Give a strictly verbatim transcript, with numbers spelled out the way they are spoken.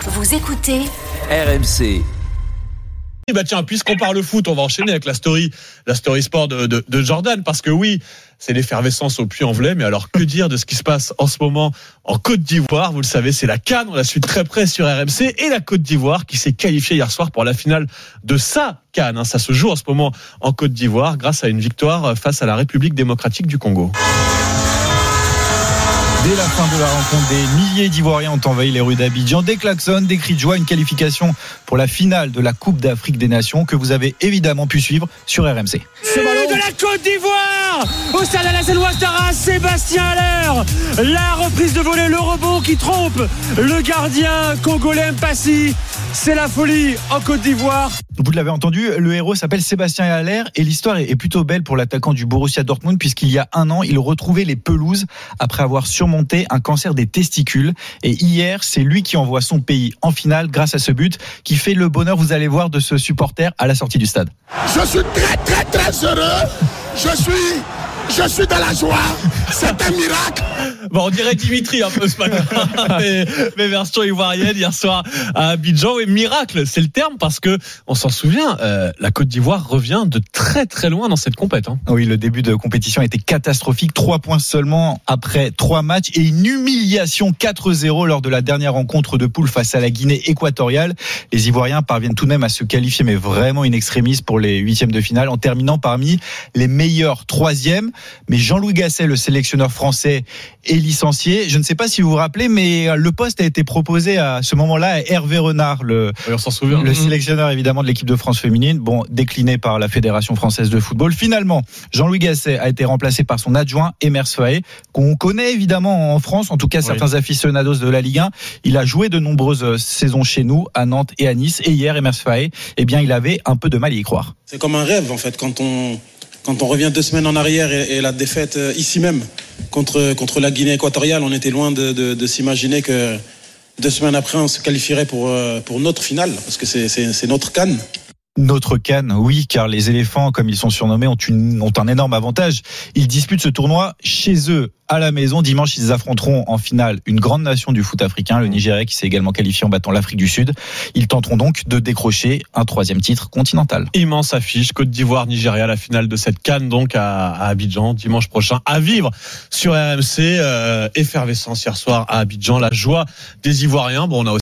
Vous écoutez R M C. Et bah tiens, puisqu'on parle foot, on va enchaîner avec la story, la story sport de, de, de Jordan, parce que oui, c'est l'effervescence au Puy-en-Velay, mais alors que dire de ce qui se passe en ce moment en Côte d'Ivoire? Vous le savez, c'est la CAN, on la suit de très près sur R M C, et la Côte d'Ivoire qui s'est qualifiée hier soir pour la finale de sa CAN. Hein, ça se joue en ce moment en Côte d'Ivoire grâce à une victoire face à la République démocratique du Congo. Dès la fin de la rencontre, des milliers d'Ivoiriens ont envahi les rues d'Abidjan. Des klaxons, des cris de joie, une qualification pour la finale de la Coupe d'Afrique des Nations que vous avez évidemment pu suivre sur R M C. Ce ballon de la Côte d'Ivoire au stade Alassane Ouattara, Sébastien Haller. La reprise de volée, le rebond qui trompe le gardien congolais Mpassi. C'est la folie en Côte d'Ivoire. Vous l'avez entendu, le héros s'appelle Sébastien Haller et l'histoire est plutôt belle pour l'attaquant du Borussia Dortmund puisqu'il y a un an, il retrouvait les pelouses après avoir surmonté un cancer des testicules. Et hier, c'est lui qui envoie son pays en finale grâce à ce but qui fait le bonheur, vous allez voir, de ce supporter à la sortie du stade. Je suis très très très heureux. Je suis... Je suis dans la joie, c'est un miracle. Bon, on dirait Dimitri un peu ce matin, mais, mais version ivoirienne hier soir à Abidjan. Et miracle, c'est le terme parce que on s'en souvient, euh, la Côte d'Ivoire revient de très très loin dans cette compète. Hein. Oui, le début de compétition était catastrophique, trois points seulement après trois matchs et une humiliation quatre zéro lors de la dernière rencontre de poule face à la Guinée équatoriale. Les Ivoiriens parviennent tout de même à se qualifier, mais vraiment in extremis pour les huitièmes de finale, en terminant parmi les meilleurs troisièmes. Mais Jean-Louis Gasset, le sélectionneur français, est licencié. Je ne sais pas si vous vous rappelez, mais le poste a été proposé à ce moment-là à Hervé Renard, le, oui, on s'en souvient. le sélectionneur évidemment de l'équipe de France féminine, bon, décliné par la Fédération française de football. Finalement, Jean-Louis Gasset a été remplacé par son adjoint, Emer Sfaé, qu'on connaît évidemment en France, en tout cas certains oui. aficionados de la Ligue un. Il a joué de nombreuses saisons chez nous, à Nantes et à Nice. Et hier, Emer Sfaé, eh bien, il avait un peu de mal à y croire. C'est comme un rêve, en fait, quand on... Quand on revient deux semaines en arrière et, et la défaite ici même contre, contre la Guinée équatoriale, on était loin de, de, de s'imaginer que deux semaines après, on se qualifierait pour, pour notre finale, parce que c'est, c'est, c'est notre CAN. Notre CAN, oui, car les éléphants, comme ils sont surnommés, ont, une, ont un énorme avantage. Ils disputent ce tournoi chez eux, à la maison. Dimanche, ils affronteront en finale une grande nation du foot africain, le Nigeria, qui s'est également qualifié en battant l'Afrique du Sud. Ils tenteront donc de décrocher un troisième titre continental. Immense affiche, Côte d'Ivoire, Nigeria, la finale de cette CAN donc à, à Abidjan, dimanche prochain, à vivre sur R M C. Euh, effervescence hier soir à Abidjan, la joie des Ivoiriens. Bon, on a aussi